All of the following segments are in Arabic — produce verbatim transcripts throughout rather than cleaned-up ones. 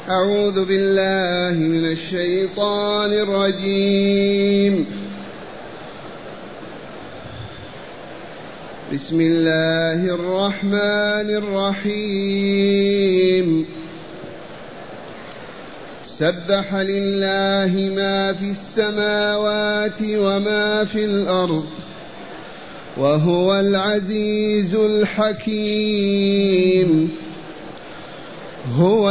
أعوذ بالله من الشيطان الرجيم. بسم الله الرحمن الرحيم. سبح لله ما في السماوات وما في الأرض وهو العزيز الحكيم. هو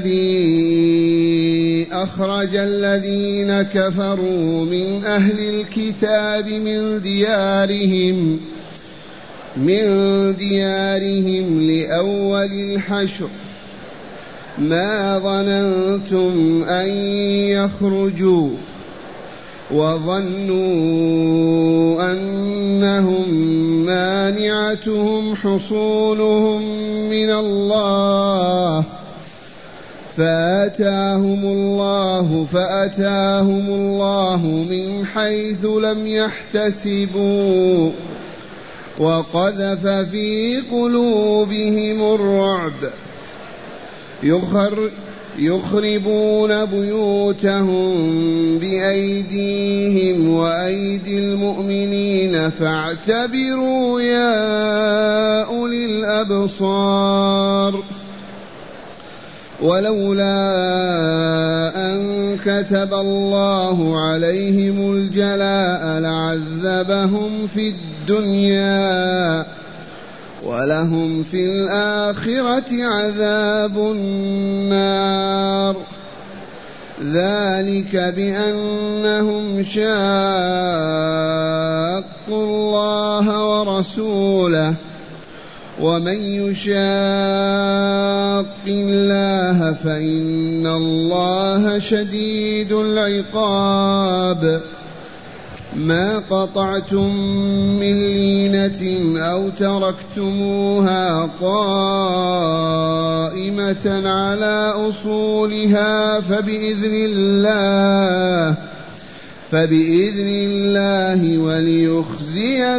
الذي أخرج الذين كفروا من أهل الكتاب من ديارهم من ديارهم لأول الحشر ما ظننتم أن يخرجوا وظنوا أنهم مانعتهم حصونهم من الله فآتاهم الله فأتاهم الله من حيث لم يحتسبوا وقذف في قلوبهم الرعب يخر يخربون بيوتهم بأيديهم وأيدي المؤمنين فاعتبروا يا أولي الأبصار. ولولا أن كتب الله عليهم الجلاء لعذبهم في الدنيا ولهم في الآخرة عذاب النار. ذلك بأنهم شاقوا الله ورسوله ومن يشاق الله فإن الله شديد العقاب. ما قطعتم من لينة أو تركتموها قائمة على أصولها فبإذن الله فبإذن الله وليخزي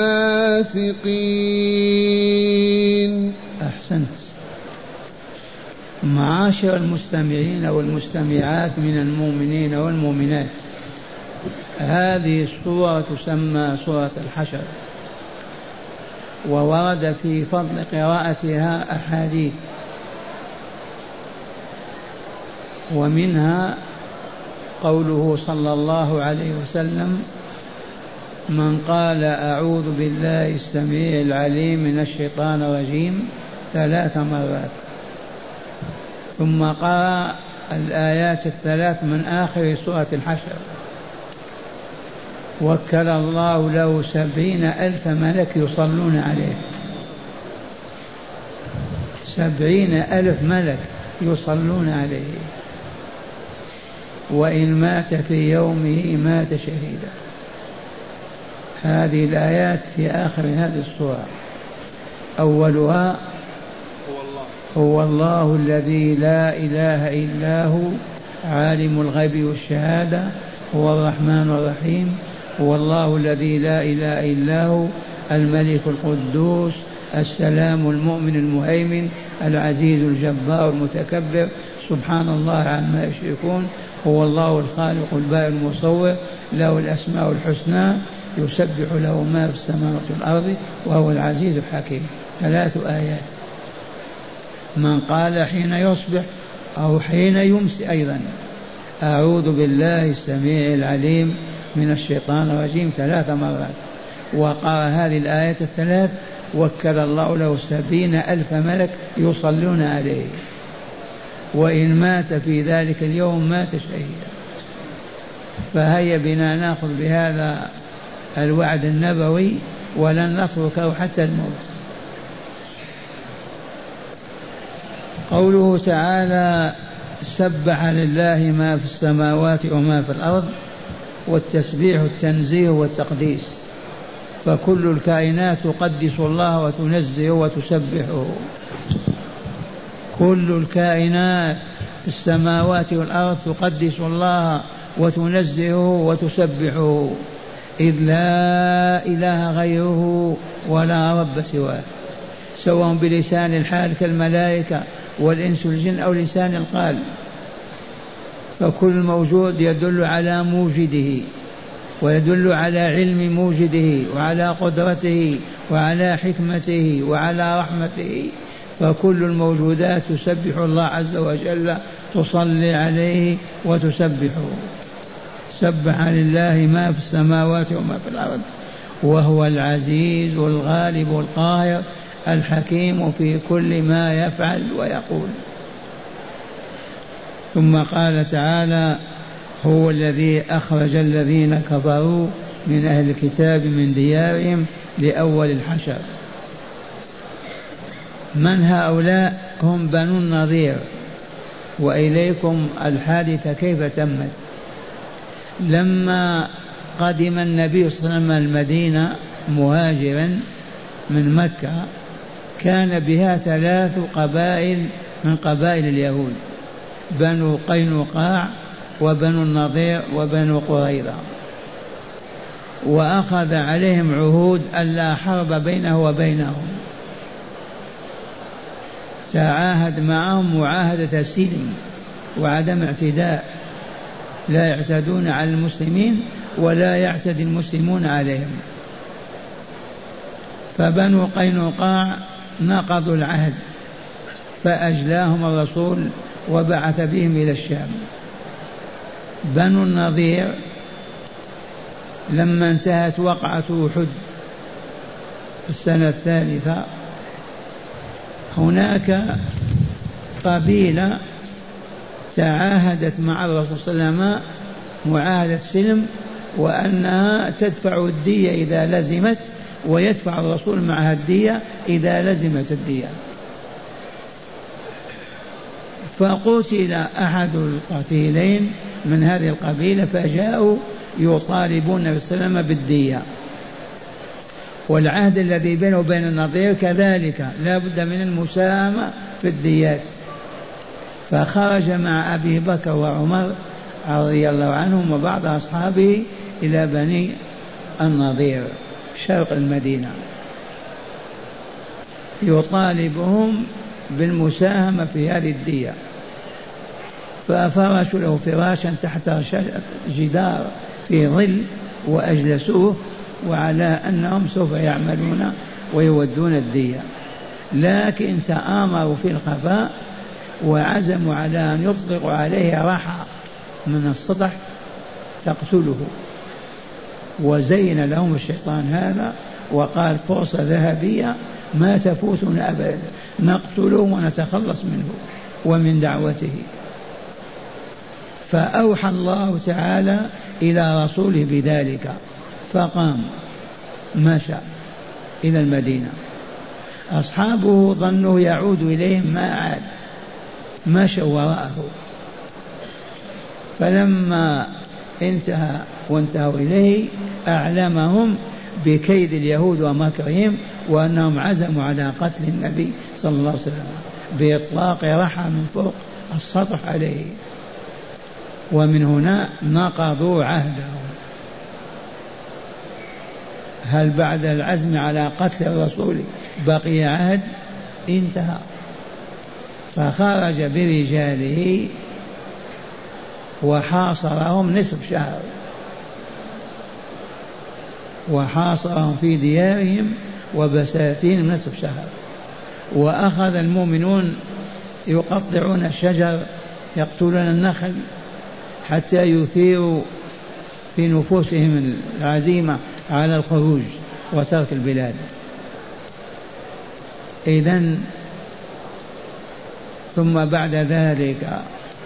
الفاسقين. أحسنت. معاشر المستمعين والمستمعات من المؤمنين والمؤمنات، هذه السورة تسمى سورة الحشر، وورد في فضل قراءتها أحاديث، ومنها قوله صلى الله عليه وسلم: من قال أعوذ بالله السميع العليم من الشيطان الرجيم ثلاث مرات ثم قرأ الآيات الثلاث من آخر سورة الحشر وكل الله له سبعين ألف ملك يصلون عليه. سبعين ألف ملك يصلون عليه، وإن مات في يومه مات شهيدا. هذه الآيات في آخر هذه السورة. أولها: هو الله, هو الله الذي لا إله إلا هو عالم الغيب والشهادة هو الرحمن الرحيم. هو الله الذي لا إله إلا هو الملك القدوس السلام المؤمن المهيمن العزيز الجبار المتكبر سبحان الله عما يشركون. هو الله الخالق البارئ المصور له الأسماء الحسنى يسبح له ما في السماوات والأرض وهو العزيز الحكيم. ثلاث آيات. من قال حين يصبح أو حين يمسي أيضا أعوذ بالله السميع العليم من الشيطان الرجيم ثلاث مرات وقرأ هذه الآيات الثلاث وكل الله له سبعين ألف ملك يصلون عليه، وإن مات في ذلك اليوم مات شهيدا. فهيا بنا نأخذ بهذا الوعد النبوي ولن نتركه حتى الموت. قوله تعالى: سبح لله ما في السماوات وما في الأرض، والتسبيح التنزيه والتقديس، فكل الكائنات تقدس الله وتنزه وتسبحه. كل الكائنات في السماوات والأرض تقدس الله وتنزهه وتسبحه، إذ لا إله غيره ولا رب سواه، سواء بلسان الحال كالملائكة والإنس والجن أو لسان القال، فكل موجود يدل على موجده ويدل على علم موجده وعلى قدرته وعلى حكمته وعلى رحمته، فكل الموجودات تسبح الله عز وجل، تصلي عليه وتسبحه. سبح لله ما في السماوات وما في الأرض وهو العزيز الغالب القاهر الحكيم في كل ما يفعل ويقول. ثم قال تعالى: هو الذي أخرج الذين كفروا من أهل الكتاب من ديارهم لأول الحشر. من هؤلاء؟ هم بنو النضير. وإليكم الحادثة كيف تمت. لما قدم النبي صلى الله عليه وسلم المدينة مهاجرا من مكة، كان بها ثلاث قبائل من قبائل اليهود: بنو قينقاع وبنو النضير وبنو قريظة، وأخذ عليهم عهود ألا حرب بينه وبينهم. تعاهد معهم معاهدة سلم وعدم اعتداء، لا يعتدون على المسلمين ولا يعتدي المسلمون عليهم. فبنو قينقاع نقضوا العهد فأجلاهم الرسول وبعث بهم إلى الشام. بنو النضير لما انتهت وقعة أحد في السنة الثالثة، هناك قبيلة تعاهدت مع الرسول صلى الله عليه وسلم معاهدة سلم، وأنها تدفع الدية إذا لزمت، ويدفع الرسول معها الدية إذا لزمت الدية. فقتل أحد القتيلين من هذه القبيلة، فجاءوا يطالبون النبي صلى الله عليه وسلم بالدية. والعهد الذي بينه وبين النضير كذلك لا بد من المساهمة في الديات. فخرج مع أبي بكر وعمر رضي الله عنهم وبعض أصحابه إلى بني النضير شرق المدينة، يطالبهم بالمساهمة في هذه الدية. ففرشوا له فراشا تحت جدار في ظل وأجلسوه، وعلى أنهم سوف يعملون ويودون الدية، لكن تآمروا في الخفاء وعزموا على أن يطلقوا عليه رحى من السطح تقتله. وزين لهم الشيطان هذا وقال: فرصة ذهبية ما تفوتنا أبدا، نقتله ونتخلص منه ومن دعوته. فأوحى الله تعالى إلى رسوله بذلك، فقام مشى إلى المدينة. أصحابه ظنوا يعود إليهم، ما عاد، مشوا وراءه. فلما انتهى وانتهوا إليه أعلمهم بكيد اليهود ومكرهم، وأنهم عزموا على قتل النبي صلى الله عليه وسلم بإطلاق رحى من فوق السطح عليه. ومن هنا نقضوا عهدهم. هل بعد العزم على قتل الرسول بقي عهد؟ انتهى. فخرج برجاله وحاصرهم نصف شهر، وحاصرهم في ديارهم وبساتين نصف شهر. وأخذ المؤمنون يقطعون الشجر، يقتلون النخل، حتى يثيروا في نفوسهم العزيمة على الخروج وترك البلاد. إذن ثم بعد ذلك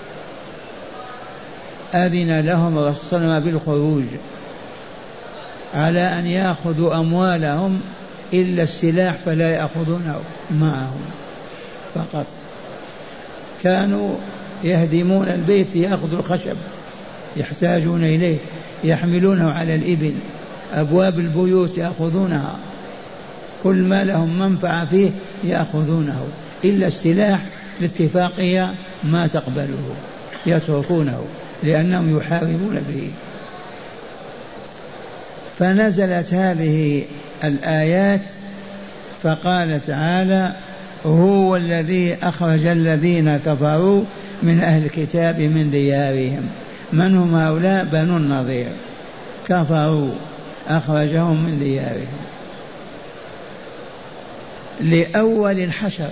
أذن لهم الرسول صلى الله عليه وسلم بالخروج على أن يأخذوا أموالهم إلا السلاح فلا يأخذونه معهم فقط. كانوا يهدمون البيت يأخذوا الخشب يحتاجون إليه، يحملونه على الإبل، أبواب البيوت يأخذونها، كل ما لهم منفعة فيه يأخذونه، إلا السلاح الاتفاقية ما تقبله يتركونه لأنهم يحاربون به. فنزلت هذه الآيات فقال تعالى: هو الذي أخرج الذين كفروا من أهل الكتاب من ديارهم. من هم هؤلاء؟ بنو النضير، كفروا أخرجهم من ديارهم لأول الحشر.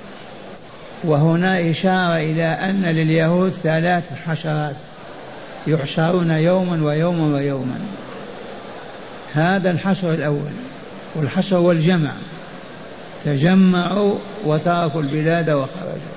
وهنا إشارة إلى أن لليهود ثلاث حشرات يحشرون يوما ويوما ويوما. هذا الحشر الأول، والحشر والجمع، تجمعوا وتركوا البلاد وخرجوا.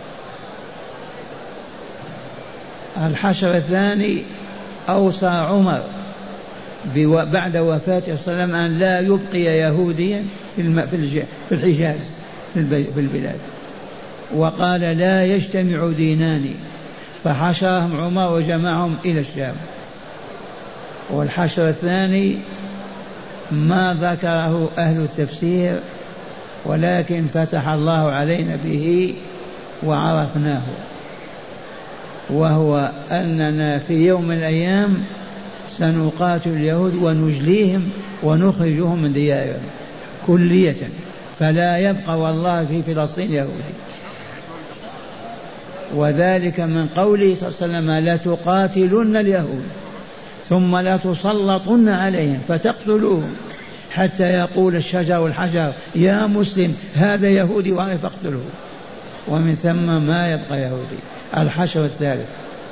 الحشر الثاني أوصى عمر بعد وفاته صلى الله عليه وسلم أن لا يبقي يهوديا في الحجاز في البلاد، وقال لا يجتمع دينان، فحشرهم عمر وجمعهم إلى الشام. والحشر الثاني ما ذكره أهل التفسير، ولكن فتح الله علينا به وعرفناه، وهو أننا في يوم من الأيام سنقاتل اليهود ونجليهم ونخرجهم من ديارهم كلية، فلا يبقى والله في فلسطين يهودي. وذلك من قوله صلى الله عليه وسلم لا تقاتلن اليهود ثم لا تسلطن عليهم فتقتلوهم حتى يقول الشجر والحجر يا مسلم هذا يهودي وعرف فاقتله، ومن ثم ما يبقى يهودي. الحشر الثالث.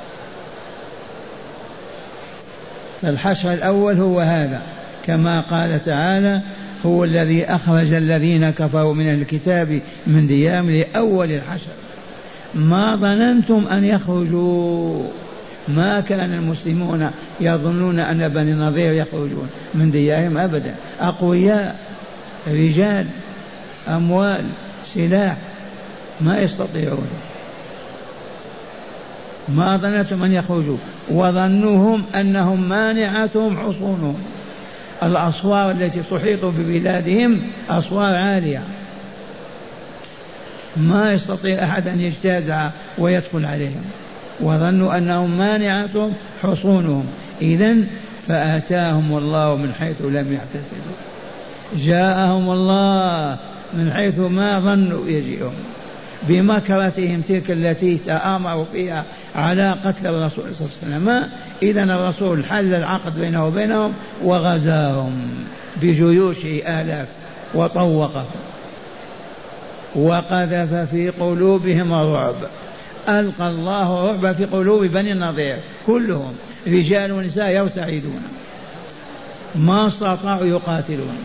فالحشر الأول هو هذا، كما قال تعالى هو الذي أخرج الذين كفروا من الكتاب من ديارهم لأول الحشر. ما ظننتم أن يخرجوا، ما كان المسلمون يظنون أن بني النضير يخرجون من ديارهم أبدا، أقوياء، رجال، أموال، سلاح، ما يستطيعون. ما ظننتم أن يخرجوا، وظنوهم أنهم مانعتهم حصونهم. الأسوار التي تحيط ببلادهم أسوار عالية ما يستطيع أحد أن يجتازها ويدخل عليهم، وظنوا أنهم مانعتهم حصونهم. إذن فآتاهم الله من حيث لم يحتسبوا، جاءهم الله من حيث ما ظنوا يجيئهم بمكرتهم تلك التي تآمروا فيها على قتل الرسول صلى الله عليه وسلم. إذن الرسول حل العقد بينه وبينهم وغزاهم بجيوش آلاف وطوقهم وقذف في قلوبهم الرعب. ألقى الله الرعب في قلوب بني النضير كلهم، رجال ونساء يرتعدون، ما استطاعوا يقاتلون.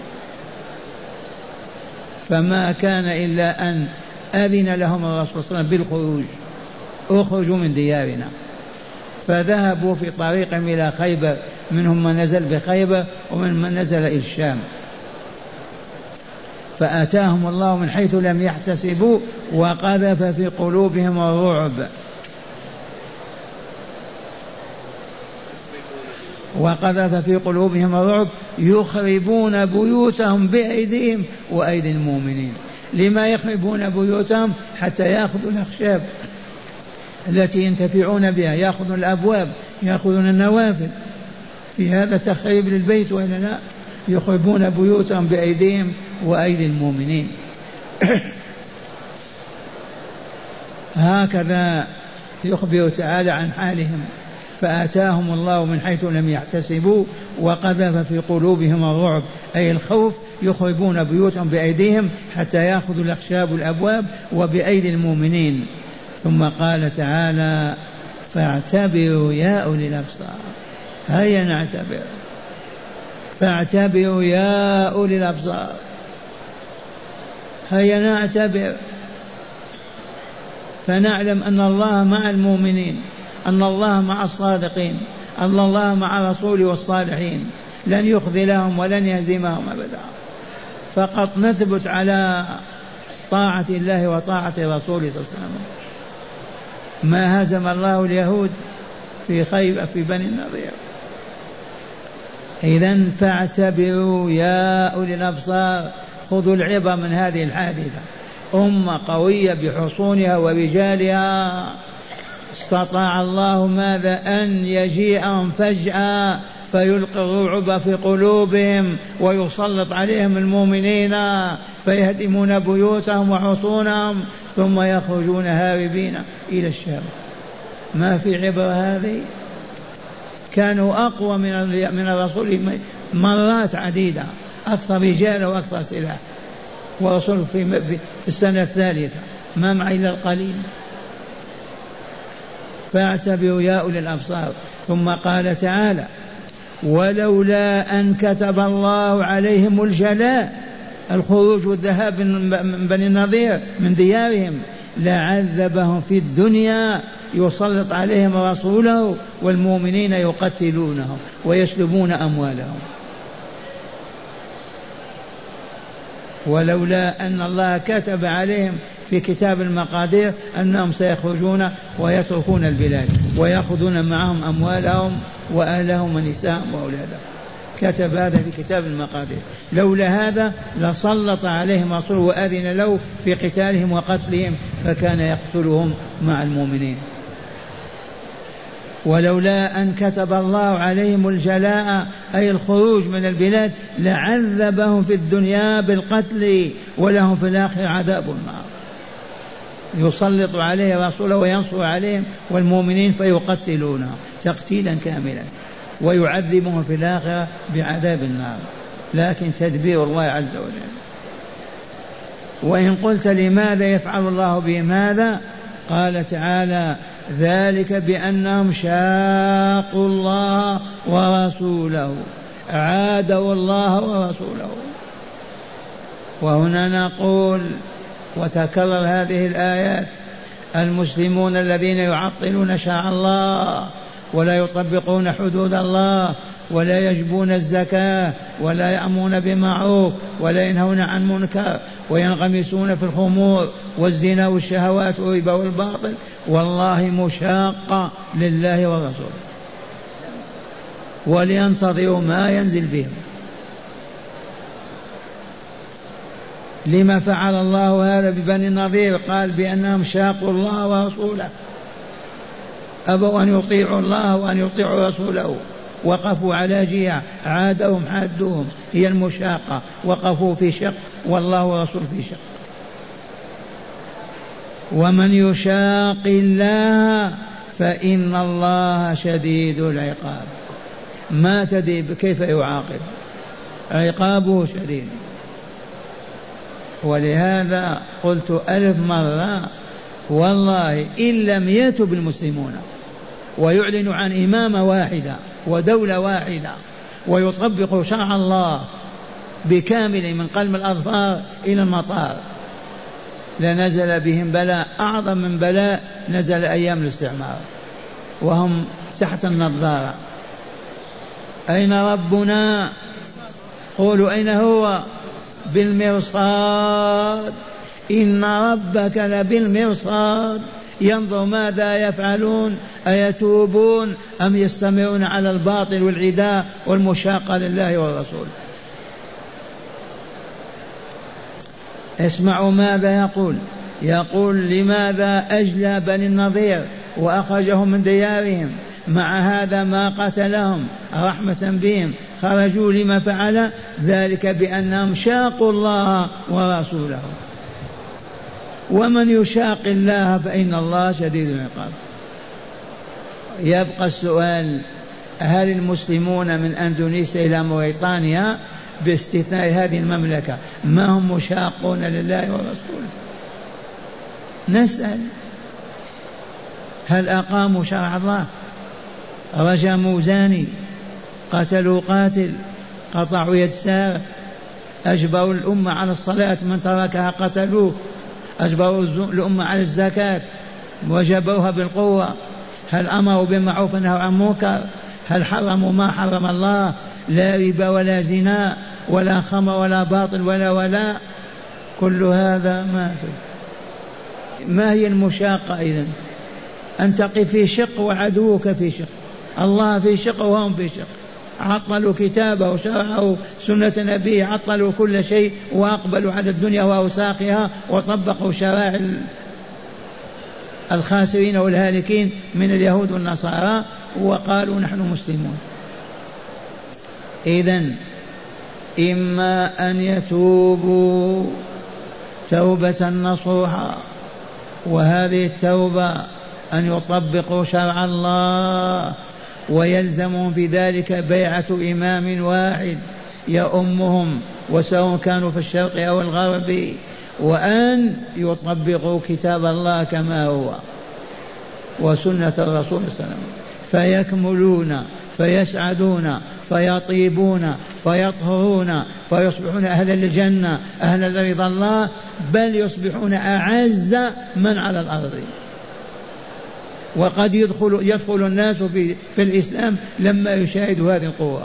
فما كان إلا أن أذن لهم الرسول صلى الله عليه وسلم بالخروج، اخرجوا من ديارنا. فذهبوا في طريقهم إلى خيبر، منهم من نزل بخيبر ومن من نزل إلى الشام. فأتاهم الله من حيث لم يحتسبوا وقذف في قلوبهم الرعب وقذف في قلوبهم الرعب يخربون بيوتهم بأيديهم وأيدي المؤمنين. لما يخربون بيوتهم؟ حتى يأخذوا الأخشاب التي ينتفعون بها، يأخذون الأبواب، يأخذون النوافذ. في هذا تخريب للبيت وإلا لا؟ يخربون بيوتهم بأيديهم وأيدي المؤمنين. هكذا يخبر تعالى عن حالهم. فآتاهم الله من حيث لم يحتسبوا وقذف في قلوبهم الرعب أي الخوف، يخربون بيوتهم بأيديهم حتى يأخذوا الأخشاب الأبواب وبأيدي المؤمنين. ثم قال تعالى فاعتبروا يا أولي الأبصار. هيا نعتبر، فاعتبروا يا أولي الأبصار، هيا نعتبر فنعلم أن الله مع المؤمنين، أن الله مع الصادقين، أن الله مع رسوله والصالحين، لن يخذلهم ولن يهزمهم أبدا. فقط نثبت على طاعة الله وطاعة رسوله صلى الله عليه وسلم. ما هزم الله اليهود في خيبر في بني النضير. إذن فاعتبروا يا أولي الأبصار، خذوا العبر من هذه الحادثة. أمة قوية بحصونها ورجالها، استطاع الله ماذا؟ أن يجيئهم فجأة فيلقي الرعب في قلوبهم ويسلط عليهم المؤمنين فيهدمون بيوتهم وحصونهم ثم يخرجون هاربين إلى الشام. ما في عبرة هذه؟ كانوا أقوى من من الرسول مرات عديدة، أكثر رجال وأكثر سلاح، ورسول في في السنة الثالثة ما معي إلا القليل. فاعتبروا يا أولي الأبصار. ثم قال تعالى: ولولا أن كتب الله عليهم الجلاء، الخروج والذهاب من بني النضير من ديارهم، لعذبهم في الدنيا، يسلط عليهم رسوله والمؤمنين يقتلونهم ويسلبون أموالهم. ولولا أن الله كتب عليهم في كتاب المقادير أنهم سيخرجون ويتركون البلاد ويأخذون معهم أموالهم وأهلهم ونساءهم وأولادهم، كتب هذا في كتاب المقادير. لولا هذا لسلط عليهم رسوله وأذن له في قتالهم وقتلهم، فكان يقتلهم مع المؤمنين. ولولا أن كتب الله عليهم الجلاء أي الخروج من البلاد لعذبهم في الدنيا بالقتل ولهم في الآخرة عذاب النار. يسلط عليه رسوله وينصر عليهم والمؤمنين فيقتلونه تقتيلا كاملا ويعذبهم في الآخرة بعذاب النار، لكن تدبير الله عز وجل. وإن قلت لماذا يفعل الله بهم هذا؟ قال تعالى: ذلك بأنهم شاقوا الله ورسوله، عادوا الله ورسوله. وهنا نقول وتكرر هذه الآيات: المسلمون الذين يعطلون شرع الله ولا يطبقون حدود الله ولا يجبون الزكاة ولا يأمرون بمعروف ولا ينهون عن منكر وينغمسون في الخمور والزنا والشهوات والربا والباطل، والله مشاقة لله ورسوله، ولينتظروا ما ينزل بهم. لما فعل الله هذا ببني النضير؟ قال: بأنهم شاقوا الله ورسوله، أبوا أن يطيعوا الله وأن يطيعوا رسوله، وقفوا على جهة، عادهم حادوهم، هي المشاقة، وقفوا في شق والله ورسوله في شق. ومن يشاق الله فإن الله شديد العقاب. ما تدري كيف يعاقب، عقابه شديد. ولهذا قلت ألف مرة والله إن لم يتب المسلمون ويعلنوا عن إمامة واحدة ودولة واحدة ويطبقوا شرع الله بكامل من قلم الأظفار إلى المطار، لنزل بهم بلاء أعظم من بلاء نزل أيام الاستعمار وهم تحت النظارة. أين ربنا؟ قولوا أين هو؟ بالمرصاد. إن ربك لبالمرصاد، ينظر ماذا يفعلون، أيتوبون أم يستمرون على الباطل والعداء والمشاقة لله والرسول. اسمعوا ماذا يقول. يقول: لماذا أجلى بني النضير وأخرجهم من ديارهم، مع هذا ما قتلهم رحمة بهم، خرجوا لما فعل ذلك بأنهم شاقوا الله ورسوله. ومن يشاق الله فإن الله شديد العقاب. يبقى السؤال: هل المسلمون من أندونيسيا إلى موريتانيا باستثناء هذه المملكة ما هم مشاقون لله ورسوله؟ نسأل: هل أقاموا شرع الله؟ رجموا زاني، قتلوا قاتل، قطعوا يد سارق، أجبروا الأمة على الصلاة من تركها قتلوه، أجبروا الأمة على الزكاة وجبوها بالقوة. هل أمروا بالمعروف ونهوا عن المنكر؟ هل حرموا ما حرم الله؟ لا ربا ولا زنا ولا خمر ولا باطل ولا ولا كل هذا ما في. ما هي المشاقة إذن؟ أن تقف في شق وعدوك في شق، الله في شق وهم في شق. عطلوا كتابه وشرعه سنة نبيه، عطلوا كل شيء وأقبلوا على الدنيا وأوساقها وطبقوا شرائع الخاسرين والهالكين من اليهود والنصارى وقالوا نحن مسلمون. إذن إما أن يتوبوا توبة نصوحا، وهذه التوبة أن يطبقوا شرع الله ويلزمهم في ذلك بيعة إمام واحد يؤمهم وسواء كانوا في الشرق أو الغرب، وأن يطبقوا كتاب الله كما هو وسنة الرسول صلى الله عليه وسلم، فيكملون فيسعدون فيطيبون فيطهرون فيصبحون أهل الجنة أهل رضا الله، بل يصبحون أعز من على الأرض. وقد يدخل, يدخل الناس في, في الإسلام لما يشاهدوا هذه القوة.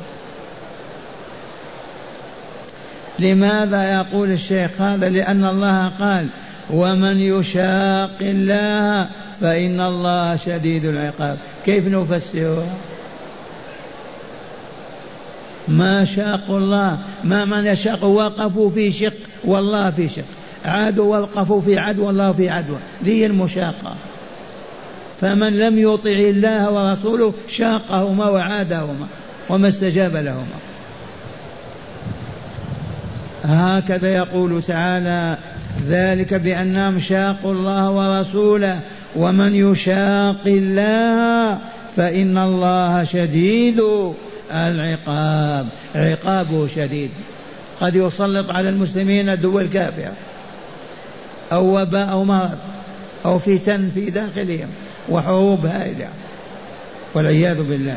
لماذا يقول الشيخ هذا؟ لأن الله قال ومن يشاق الله فإن الله شديد العقاب. كيف نفسرها؟ ما شاق الله، ما من يشاق وقفوا في شق والله في شق، عادوا وقفوا في عدو والله في عدو، ذي المشاقة. فمن لم يطع الله ورسوله شاقهما وعادهما وما استجاب لهما. هكذا يقول تعالى ذلك بأنهم شاقوا الله ورسوله ومن يشاق الله فإن الله شديد العقاب، عقابه شديد. قد يسلط على المسلمين دول كافرة أو وباء أو مرض أو فتن في داخلهم وحروب هائلة والعياذ بالله.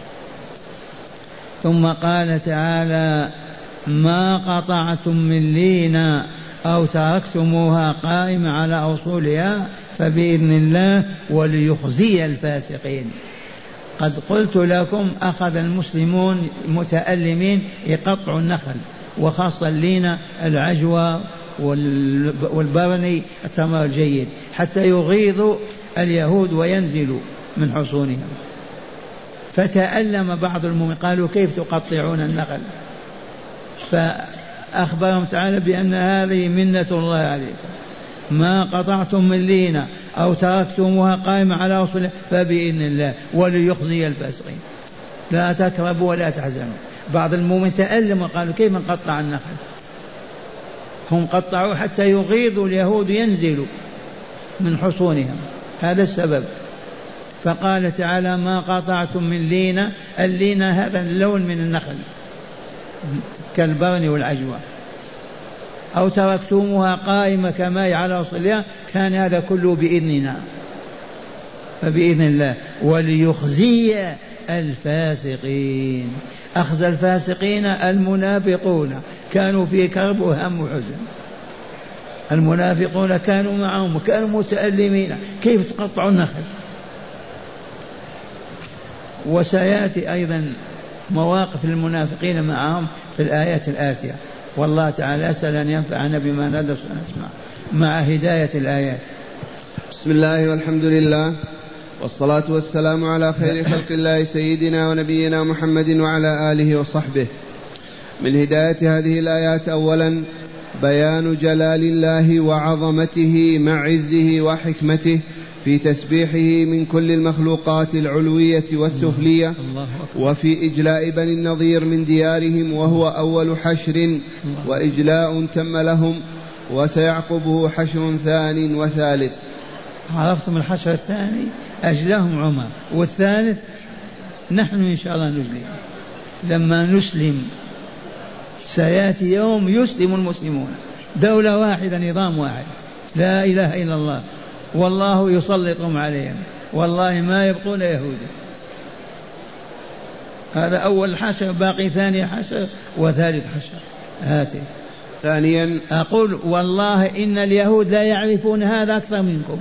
ثم قال تعالى ما قطعتم من لينة أو تركتموها قائمة على أصولها فبإذن الله وليخزي الفاسقين. قد قلت لكم أخذ المسلمون متألمين يقطعوا النخل وخاصة اللينة العجوة والبرني التمر الجيد حتى يغيظوا اليهود وينزلوا من حصونهم. فتألم بعض المؤمنين قالوا كيف تقطعون النخل؟ فأخبرهم تعالى بأن هذه منة الله عليكم، ما قطعتم من لينة أو تركتموها قائمة على أصولها فبإذن الله وليخزي الفاسقين. لا تكربوا ولا تحزنوا. بعض المؤمنين تألم وقالوا كيف نقطع النخل؟ هم قطعوا حتى يغيظوا اليهود ينزلوا من حصونهم، هذا السبب. فقال تعالى ما قطعتم من لينة، اللينة هذا اللون من النخل كالبرن والعجوة، أو تركتموها قائمة كما على أصلها، كان هذا كله بإذننا فبإذن الله وليخزي الفاسقين. أخزى الفاسقين المنافقون كانوا في كرب وهم وحزن، المنافقون كانوا معهم وكانوا متألمين كيف تقطعوا النخل. وسيأتي أيضا مواقف المنافقين معهم في الآيات الآتية، والله تعالى أسأل أن ينفعنا بما ندرس ونسمع مع هداية الآيات. بسم الله والحمد لله والصلاة والسلام على خير خلق الله سيدنا ونبينا محمد وعلى آله وصحبه. من هداية هذه الآيات أولا بيان جلال الله وعظمته مع عزه وحكمته في تسبيحه من كل المخلوقات العلوية والسفلية، وفي إجلاء بني النضير من ديارهم وهو أول حشر وإجلاء تم لهم، وسيعقبه حشر ثان وثالث. عرفتم الحشر الثاني أجلاهم عمر، والثالث نحن إن شاء الله نجلي لما نسلم. سيأتي يوم يسلم المسلمون، دولة واحدة نظام واحد لا إله إلا الله، والله يسلطهم عليهم والله ما يبقون يهودا. هذا أول حشر، باقي ثاني حشر وثالث حشر. هاتي ثانيا أقول والله إن اليهود لا يعرفون هذا أكثر منكم،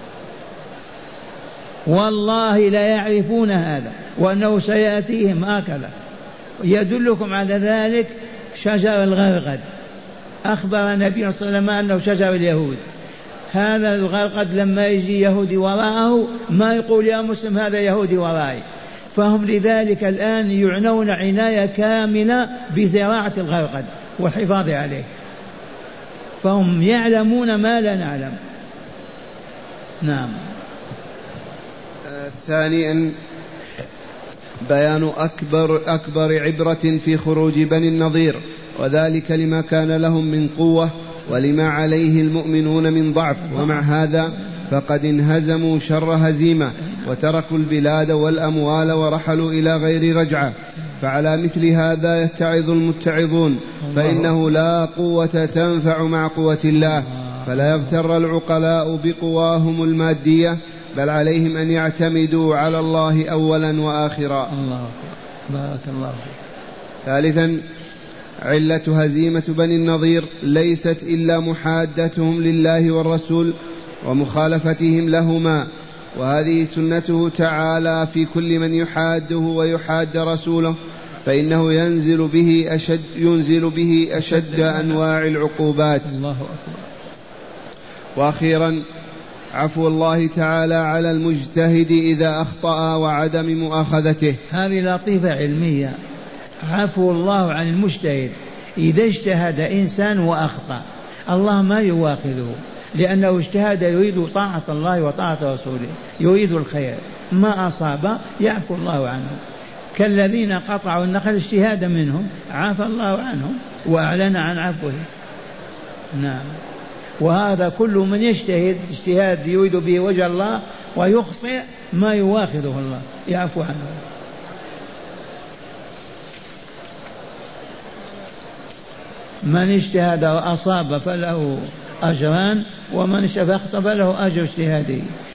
والله لا يعرفون هذا وأنه سيأتيهم هكذا. يدلكم على ذلك شجر الغرقد، أخبر النبي صلى الله عليه وسلم أنه شجر اليهود. هذا الغرقد لما يجي يهودي وراءه ما يقول يا مسلم هذا يهودي ورائي، فهم لذلك الآن يعنون عناية كاملة بزراعة الغرقد والحفاظ عليه، فهم يعلمون ما لا نعلم. نعم. آه ثانيا بيان أكبر, أكبر عبرة في خروج بني النضير، وذلك لما كان لهم من قوة ولما عليه المؤمنون من ضعف، ومع هذا فقد انهزموا شر هزيمة وتركوا البلاد والأموال ورحلوا إلى غير رجعة. فعلى مثل هذا يتعظ المتعظون، فإنه لا قوة تنفع مع قوة الله، فلا يغتر العقلاء بقواهم المادية، بل عليهم أن يعتمدوا على الله أولا وآخرا. الله بارك الله فيك. ثالثا، علة هزيمة بني النضير ليست إلا محادتهم لله والرسول ومخالفتهم لهما، وهذه سنته تعالى في كل من يحاده ويحاد رسوله، فإنه ينزل به أشد, ينزل به أشد أنواع العقوبات. الله أكبر. وأخيرا، عفو الله تعالى على المجتهد إذا أخطأ وعدم مؤاخذته. هذه لطيفة علمية. عفو الله عن المجتهد إذا اجتهد إنسان وأخطأ، الله ما يواخذه، لأنه اجتهد يريد طاعة الله وطاعة رسوله، يريد الخير، ما أصاب يعفو الله عنه. كالذين قطعوا النخل اجتهادا منهم عفى الله عنهم وأعلن عن عفوه. نعم. وهذا كل من يجتهد اجتهاد يريد به وجه الله ويخطئ ما يواخذه الله، يعفو عنه. من اجتهد وأصاب فله أجران، ومن اجتهد فله أجر اجتهاده.